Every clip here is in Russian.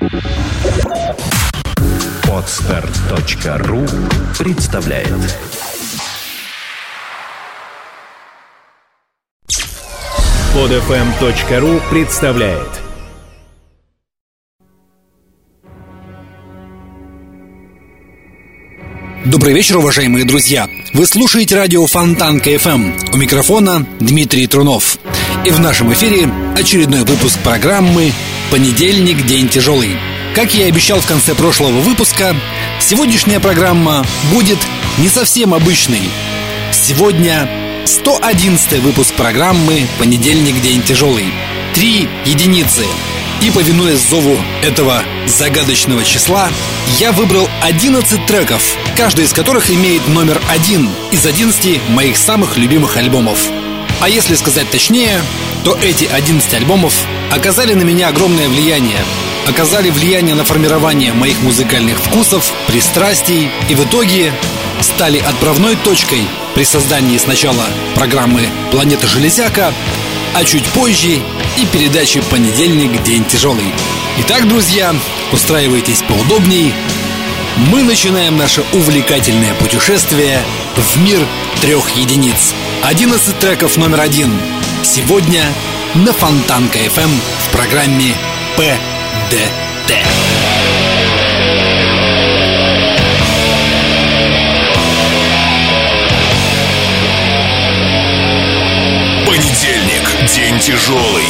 Podster.ru представляет. Podfm.ru представляет. Добрый вечер, уважаемые друзья! Вы слушаете радио Фонтанка FM. У микрофона Дмитрий Трунов. И в нашем эфире очередной выпуск программы «Понедельник. День тяжелый». Как я и обещал в конце прошлого выпуска, сегодняшняя программа будет не совсем обычной. Сегодня 111-й выпуск программы «Понедельник. День тяжелый». 3 единицы. И, повинуясь зову этого загадочного числа, я выбрал 11 треков, каждый из которых имеет номер 1 из 11 моих самых любимых альбомов. А если сказать точнее, то эти 11 альбомов оказали на меня огромное влияние. Оказали влияние на формирование моих музыкальных вкусов, пристрастий и в итоге стали отправной точкой при создании сначала программы «Планета Железяка», а чуть позже и передачи «Понедельник. День тяжелый». Итак, друзья, устраивайтесь поудобней. Мы начинаем наше увлекательное путешествие в мир 3 единиц. 11 треков номер 1. Сегодня на Фонтанка FM в программе ПДТ. Понедельник. День тяжелый.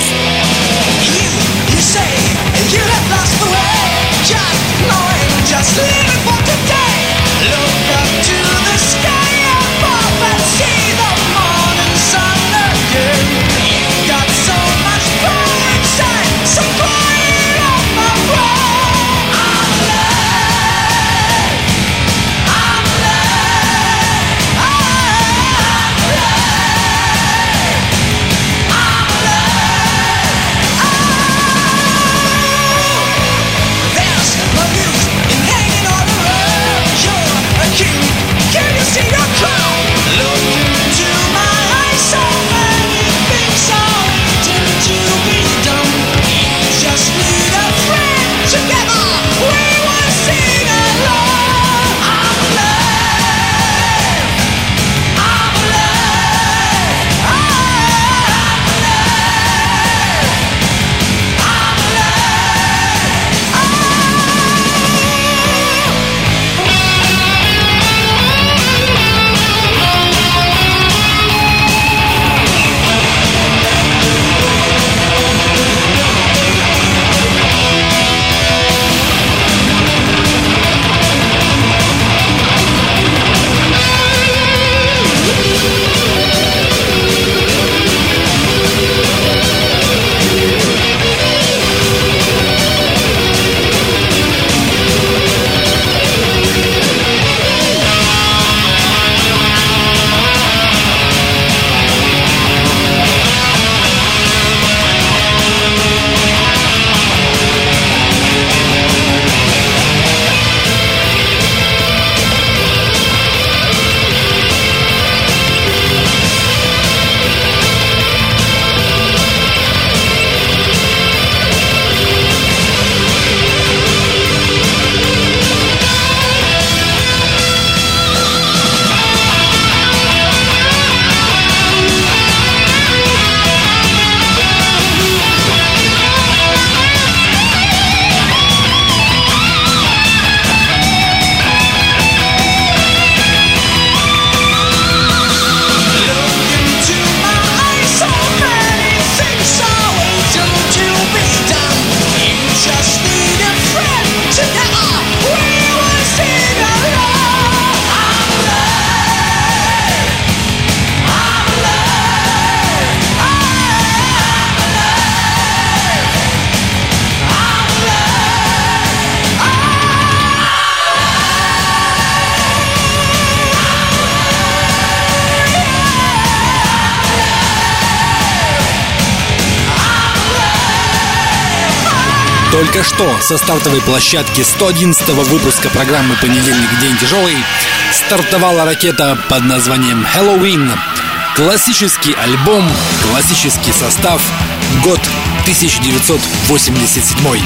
Только что со стартовой площадки 111-го выпуска программы «Понедельник. День тяжелый» стартовала ракета под названием «Хэллоуин». Классический альбом, классический состав, год 1987.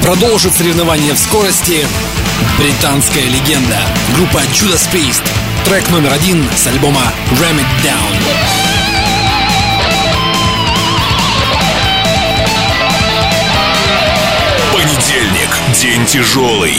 Продолжит соревнование в скорости британская легенда, группа Judas Priest. Трек номер 1 с альбома Ram It Down. Понедельник. День тяжелый.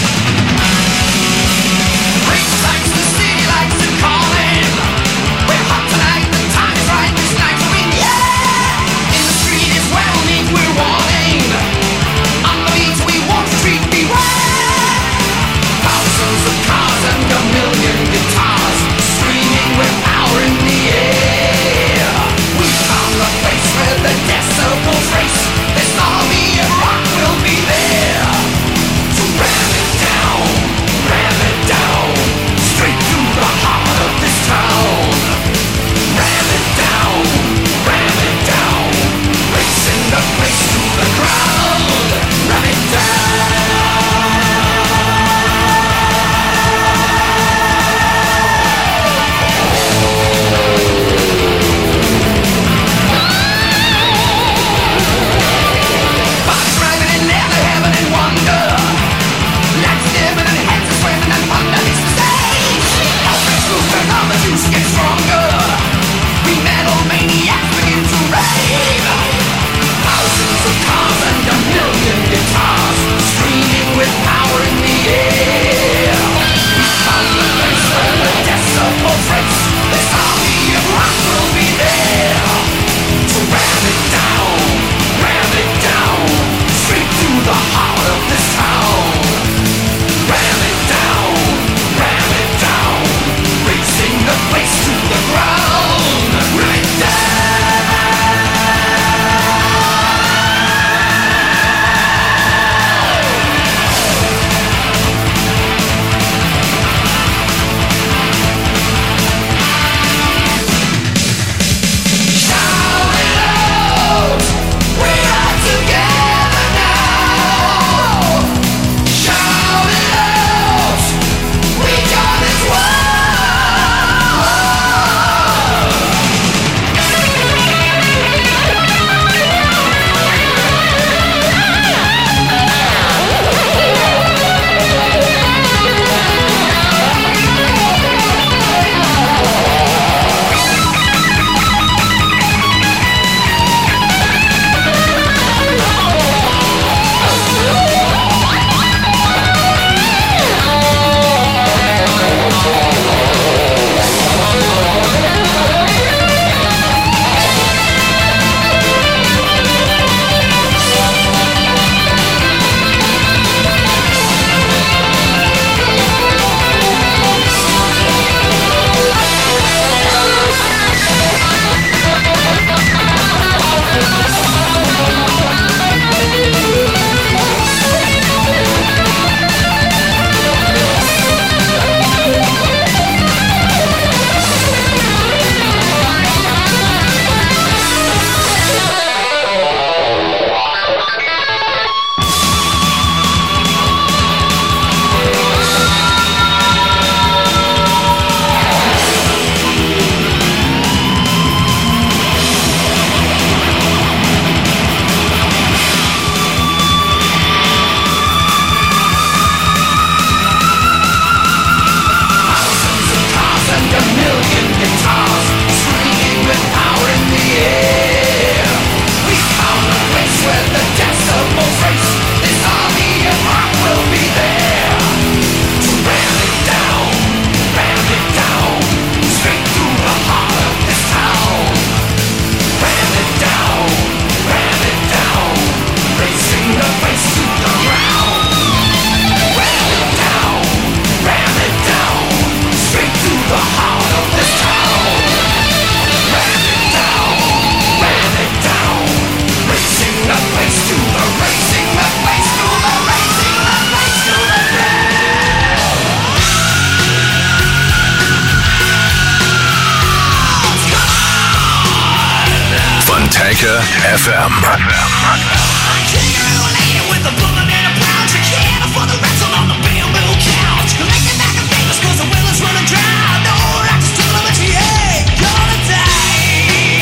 Fontanka FM.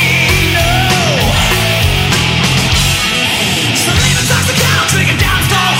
Drinking down,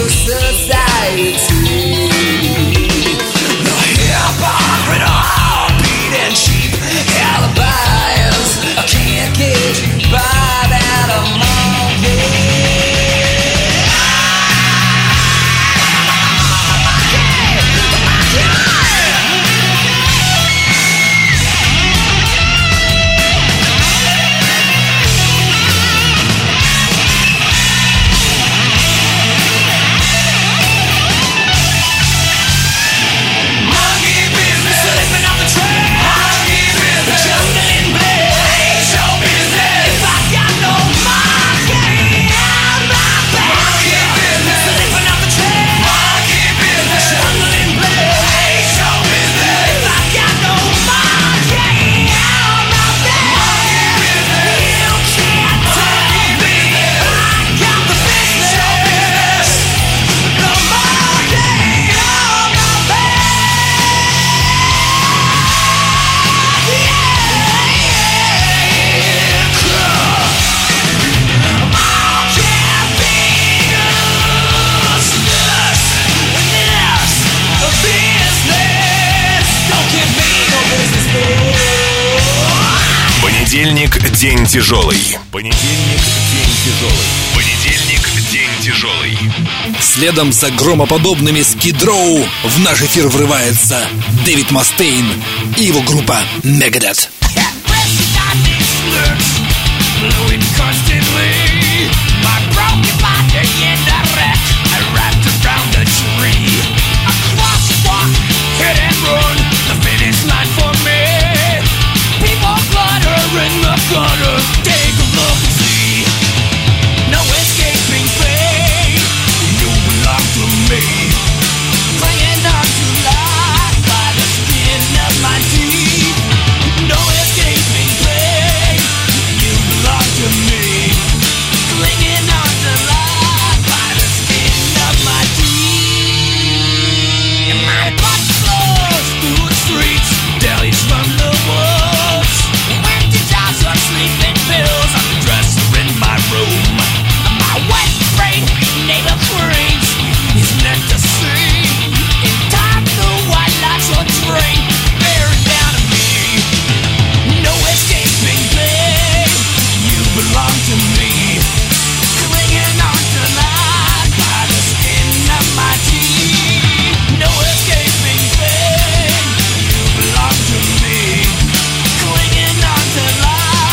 Понедельник – день тяжелый. Понедельник – день тяжелый. Понедельник – день тяжелый. Следом за громоподобными Skid Row в наш эфир врывается Дэвид Мастейн и его группа Megadeth. Gonna take a look and see. No escaping pain. You belong to me. Clinging on to life by the skin of my teeth. No escaping pain. You belong to me. Clinging on to life by the skin of my teeth. And my body flows through the streets, delis from the woods. Sleeping pills on the dresser in my room. My wet brain neighbor screams. He's meant to see. In time the white lights will drain, bearing down on me. No escaping pain. You belong to me. Clinging on to life by the skin of my teeth. No escaping pain. You belong to me. Clinging on to life.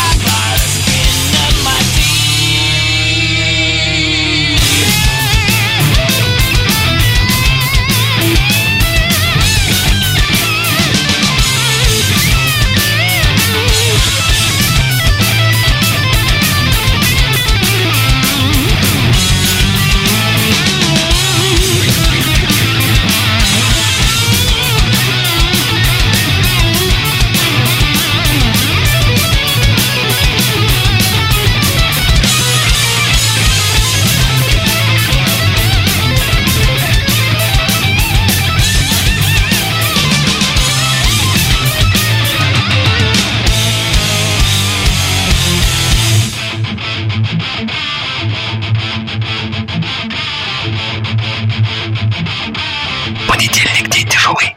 Понедельник, день тяжелый.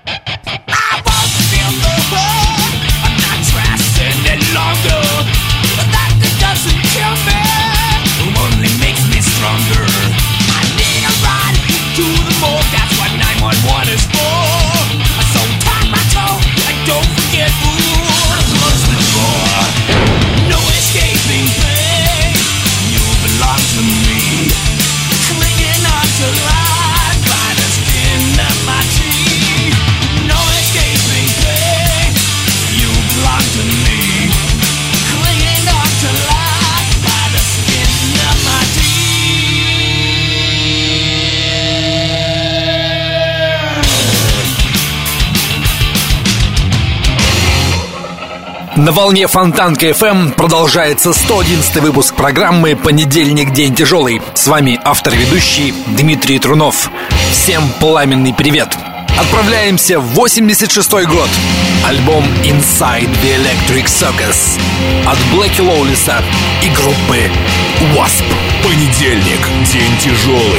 На волне Фонтанка FM продолжается 111 выпуск программы «Понедельник. День тяжелый». С вами автор-ведущий Дмитрий Трунов. Всем пламенный привет. Отправляемся в 86-й год. Альбом Inside the Electric Circus от Блэки Лоулиса и группы Wasp. Понедельник. День тяжелый.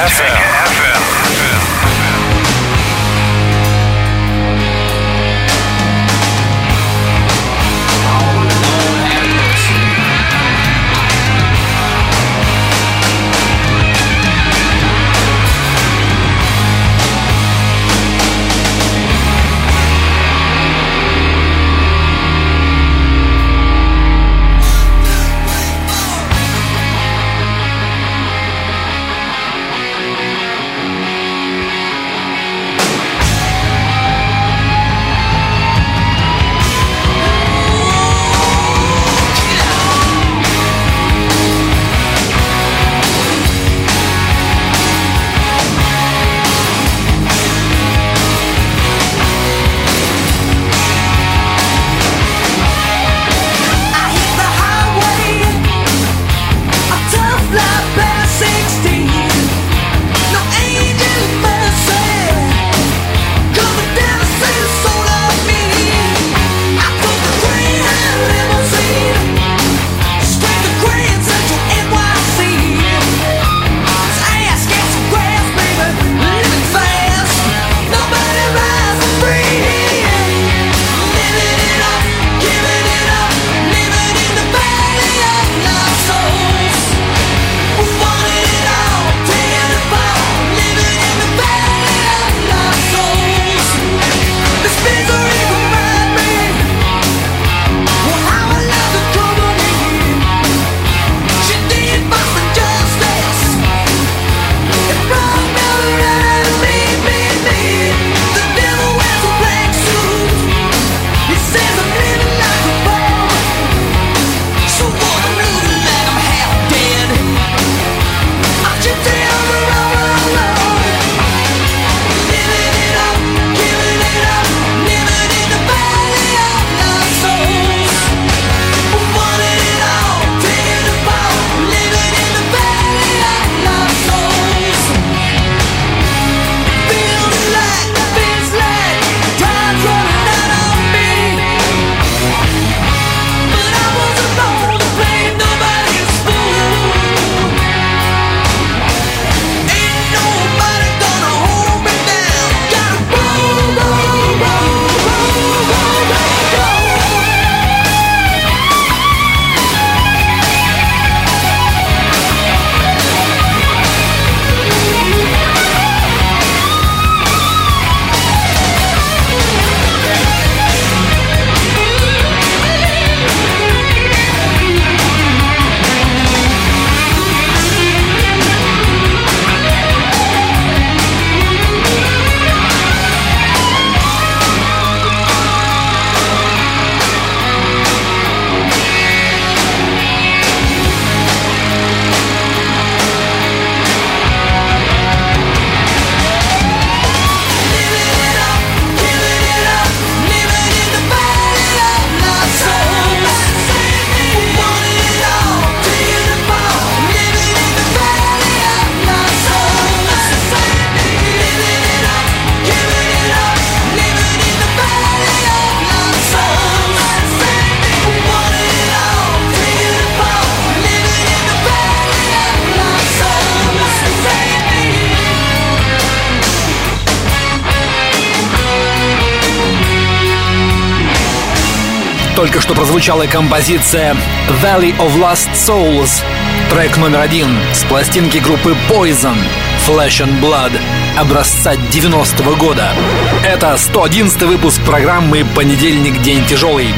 Только что прозвучала композиция Valley of Lost Souls, трек номер 1 с пластинки группы Poison Flesh and Blood образца 90-го года. Это 111-й выпуск программы «Понедельник. День тяжелый».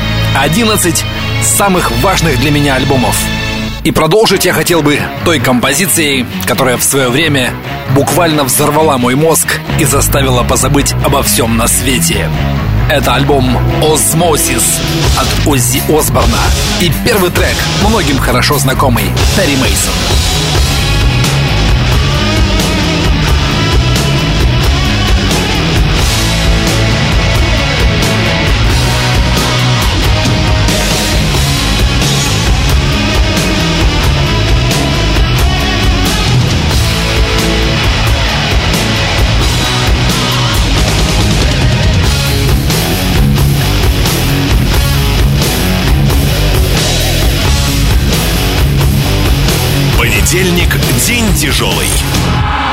11 самых важных для меня альбомов. И продолжить я хотел бы той композицией, которая в свое время буквально взорвала мой мозг и заставила позабыть обо всем на свете. Это альбом «Osmosis» от Оззи Осборна. И первый трек многим хорошо знакомый Перри Мейсон. Понедельник. День тяжелый.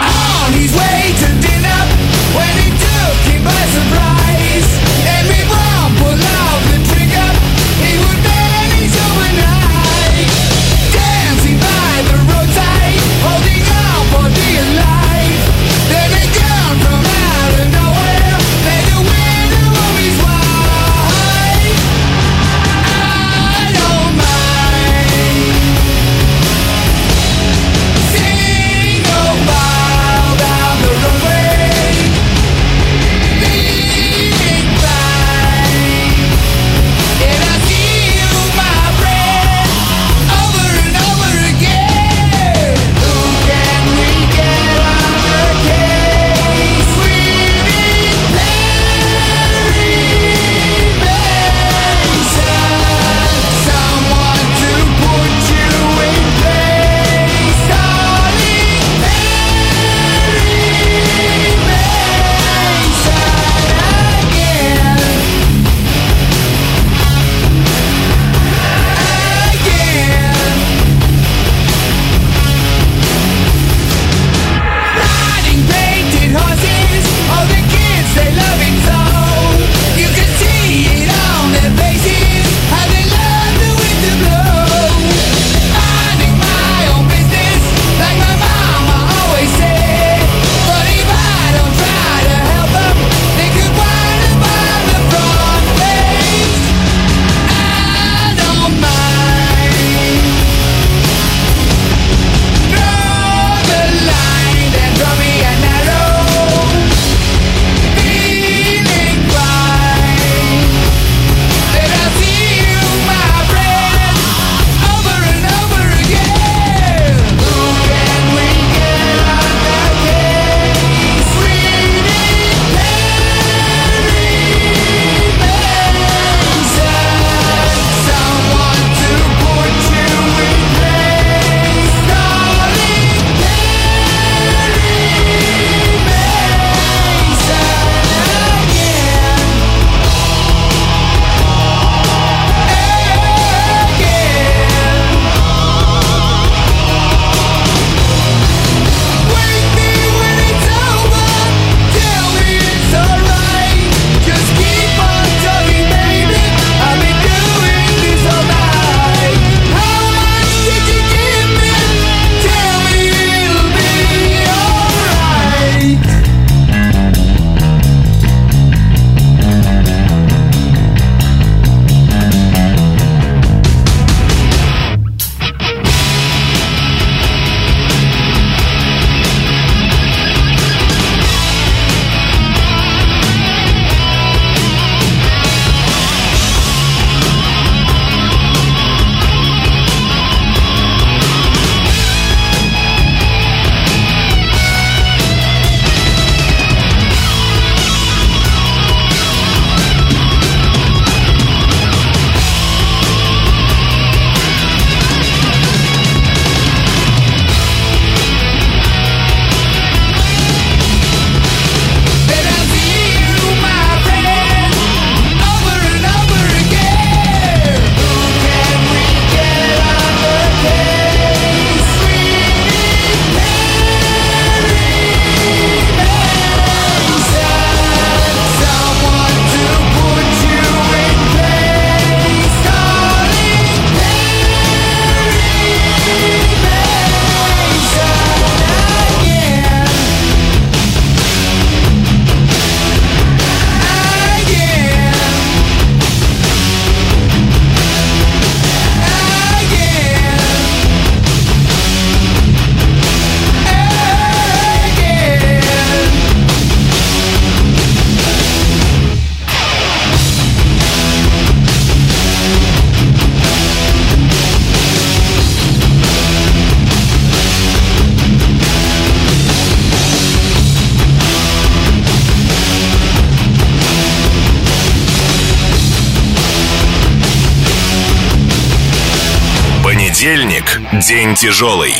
Понедельник – день тяжелый.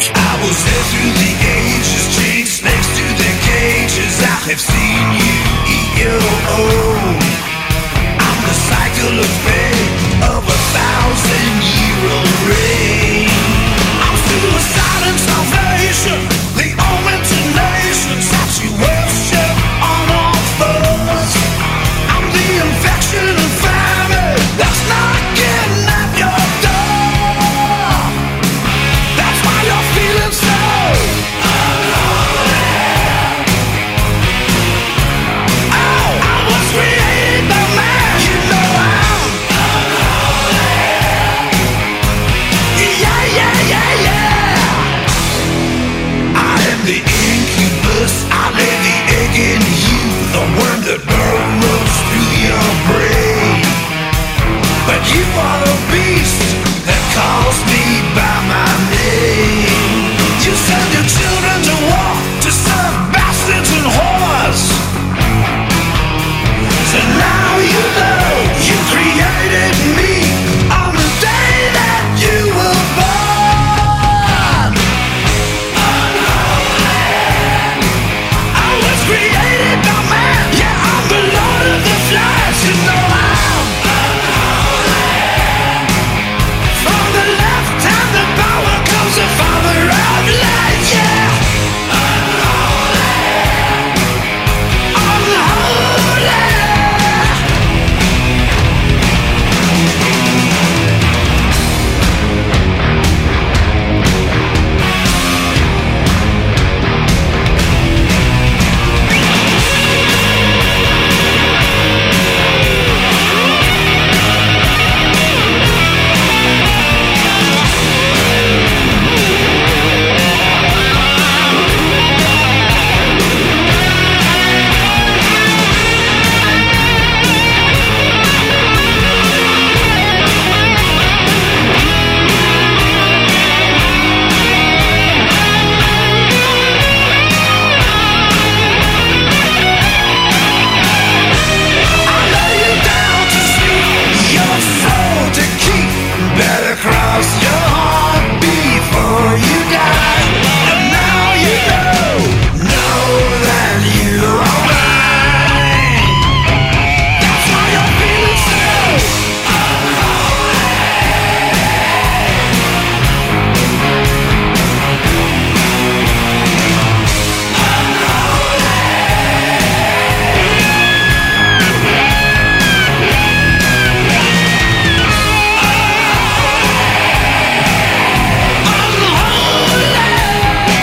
The omen to nations.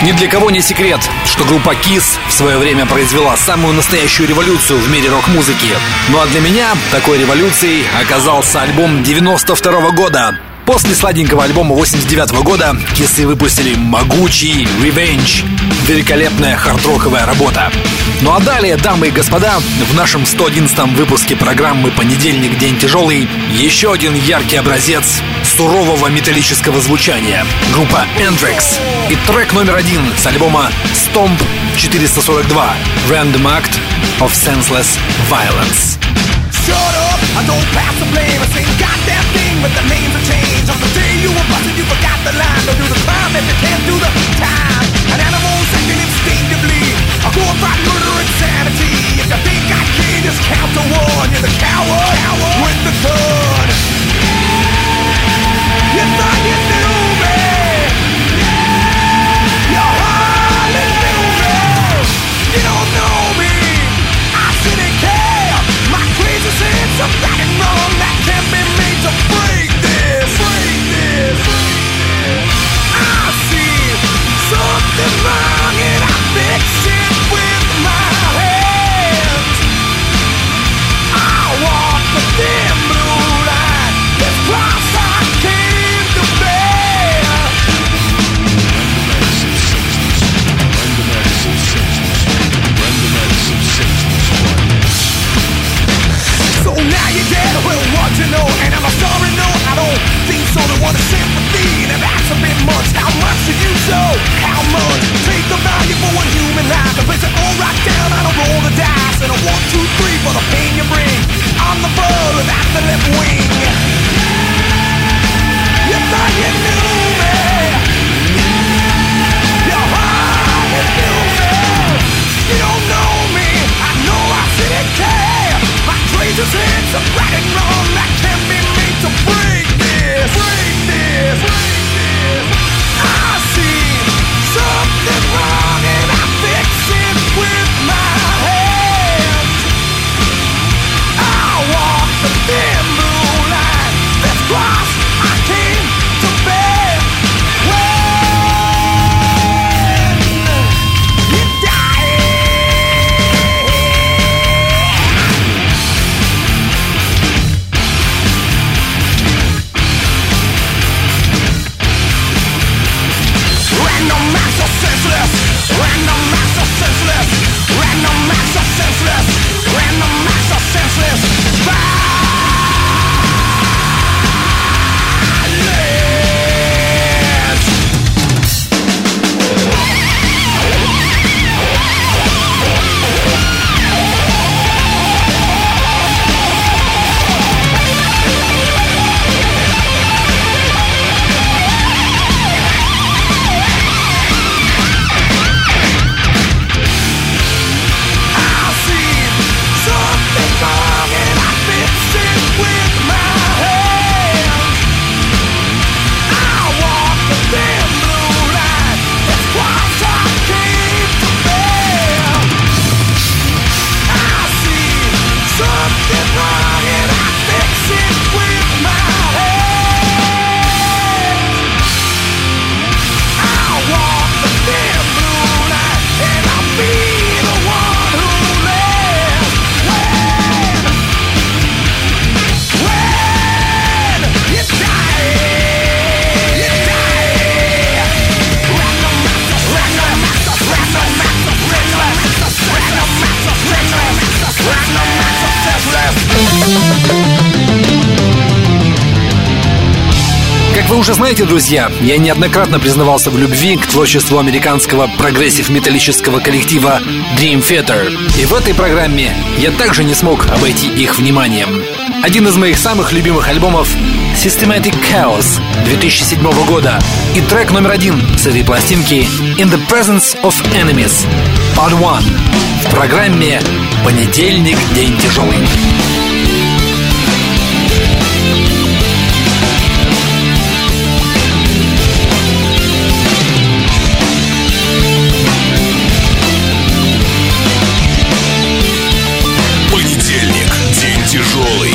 Ни для кого не секрет, что группа Kiss в свое время произвела самую настоящую революцию в мире рок-музыки. Ну а для меня такой революцией оказался альбом 92 года. После сладенького альбома 89 года Киссы выпустили могучий Revenge. Великолепная хард-роковая работа. Ну а далее, дамы и господа, в нашем 111-м выпуске программы «Понедельник. День тяжелый» еще один яркий образец сурового металлического звучания. Группа Anthrax. И трек номер 1 с альбома Stomp 442 Random Act of Senseless Violence. Shut up, I don't pass the blame. I same goddamn thing, but the names have changed. On the day you were busted, you forgot the line. Don't do the crime if you can't do the time. An animal second instinctively. I'll go about murder insanity. If you think I can, just count to one. You're the coward with the gun. You thought you knew me. You hardly knew me. You don't know me. I shouldn't care. My crazy sense of right and wrong that can't be made to break this. I see something wrong and I fix it with my hands. I walk the thin blue line. This cross I came to bear. So now you're dead, well what you know. And I'm sorry, no, I don't think so. They want a sympathy, and that's a bit much. How much do you show? How much? Take the value for one human life and place it all right down on a roll the dice. And a 1, 2, 3 for the pain you bring. I'm the bird without the left wing. You thought you knew me. You hardly knew me. You don't know me. I know I shouldn't care. My crazy sense of right and wrong that can't be made to break this. I see something wrong and I fix it with my hands. I walk the thin blue line. This cross I came to bear. When you die. Random acts are senseless. Random acts are senseless. Random acts are senseless. Random acts are senseless. Как вы уже знаете, друзья, я неоднократно признавался в любви к творчеству американского прогрессив-металлического коллектива Dream Theater. И в этой программе я также не смог обойти их вниманием. Один из моих самых любимых альбомов — Systematic Chaos 2007 года и трек номер 1 с этой пластинки In the Presence of Enemies Part 1 в программе «Понедельник. День тяжелый». Понедельник. День тяжелый.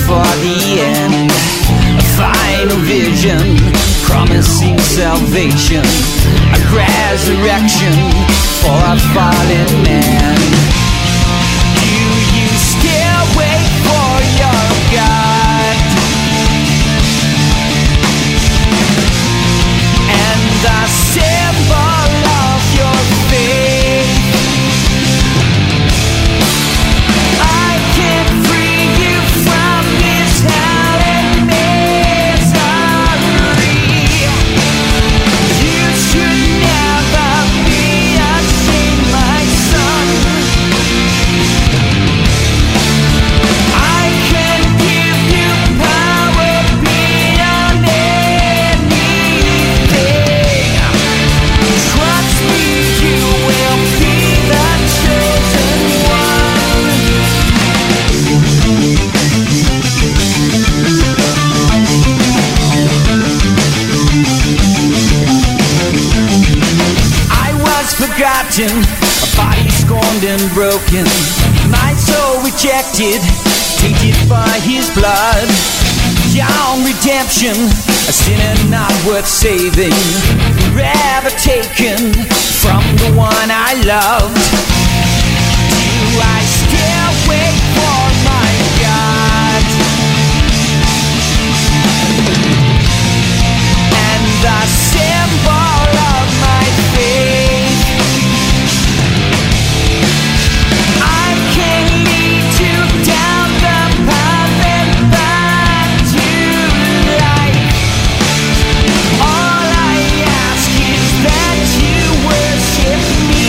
for the end, a final vision promising salvation, a resurrection for a fallen man. Do you still wait for your God and the symbol of your faith? I can free you from this hell and misery. You should never be ashamed, my son. I can give you power beyond anything. Trust me, you will be the chosen one. I was forgotten, a body scorned and broken, my soul rejected, tainted by his blood. Young redemption, a sinner not worth saving, forever taken from the one I loved. Do I still wait for my God and the symbol of my faith? I can lead you down the path and back to life. All I ask is that you worship me.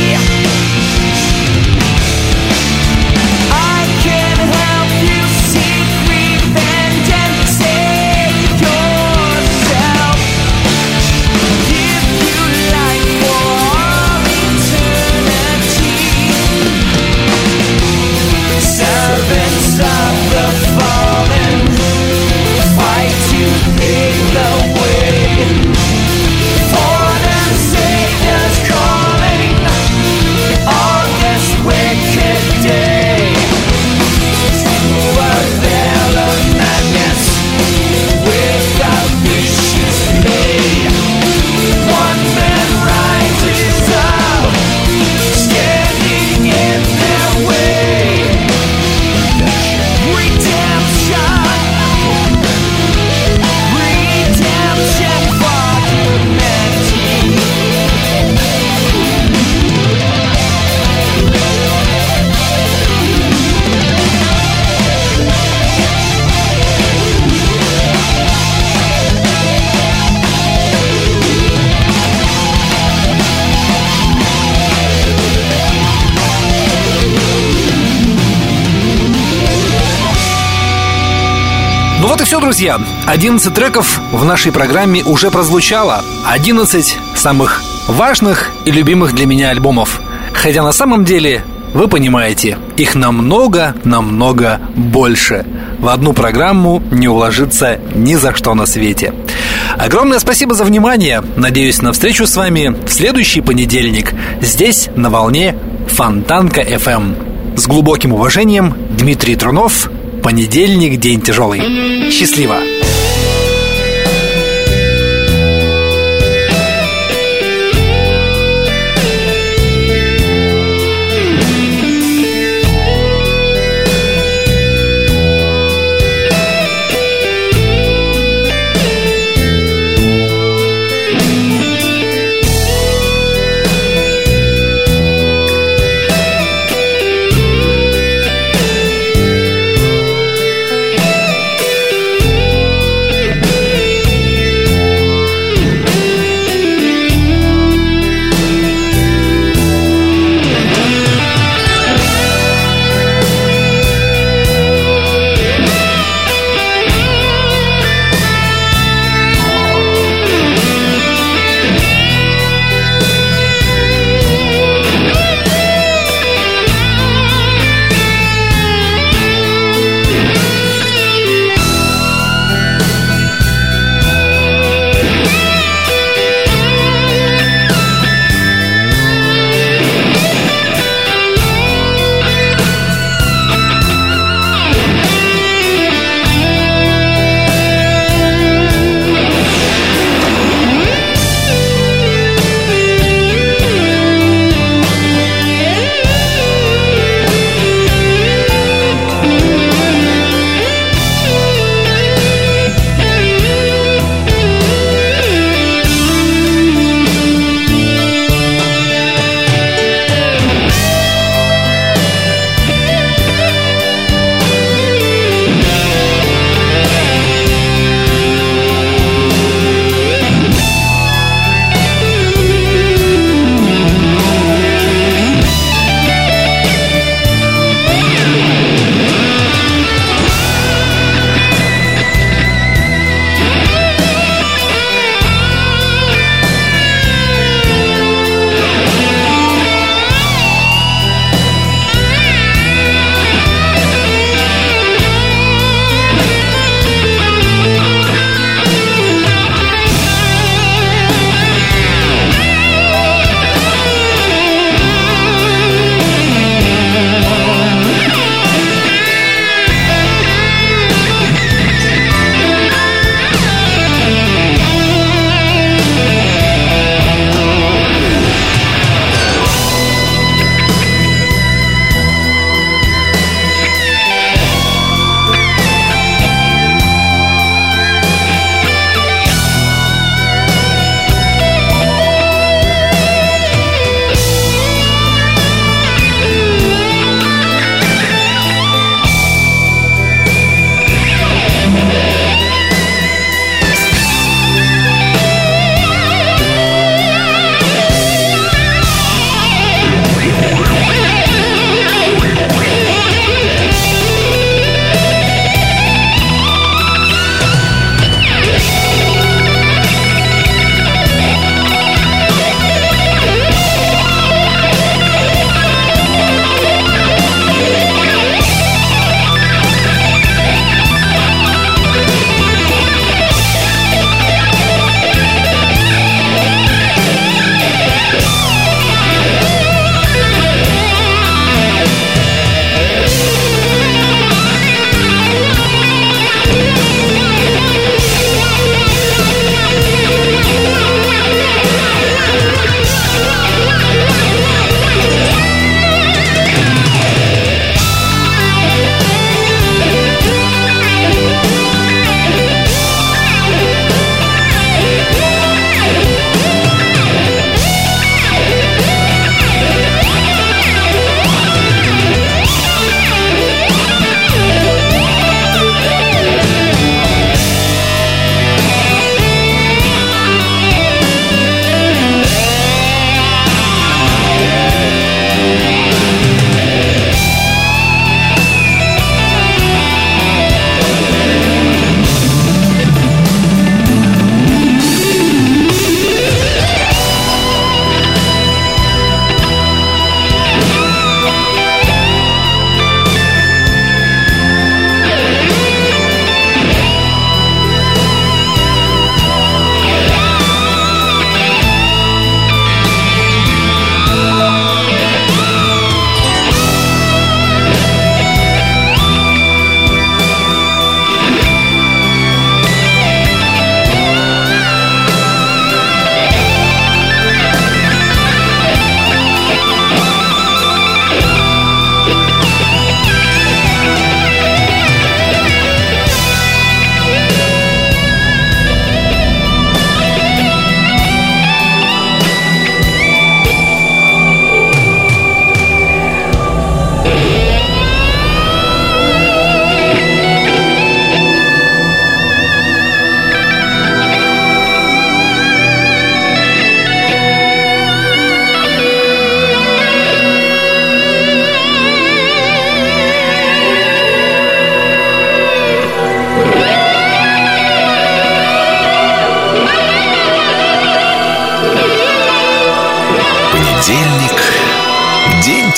I can help you seek revenge and save yourself. Give you life for all eternity. Servants of the fallen, fight to pave the way for the Savior's calling on this wicked day. To a veil of madness without wishes made, one man rises up, standing in their way. Redemption, redemption for humanity. Ну вот и все, друзья. 11 треков в нашей программе уже прозвучало. 11 самых важных и любимых для меня альбомов. Хотя на самом деле, вы понимаете, их намного больше. В одну программу не уложится ни за что на свете. Огромное спасибо за внимание. Надеюсь на встречу с вами в следующий понедельник здесь, на волне Фонтанка FM. С глубоким уважением, Дмитрий Трунов. Понедельник, день тяжелый. Счастливо!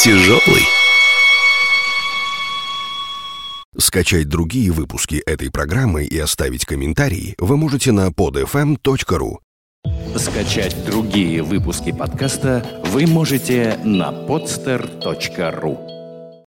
тяжелый. Скачать другие выпуски этой программы и оставить комментарии вы можете на podfm.ru. Скачать другие выпуски подкаста вы можете на podster.ru.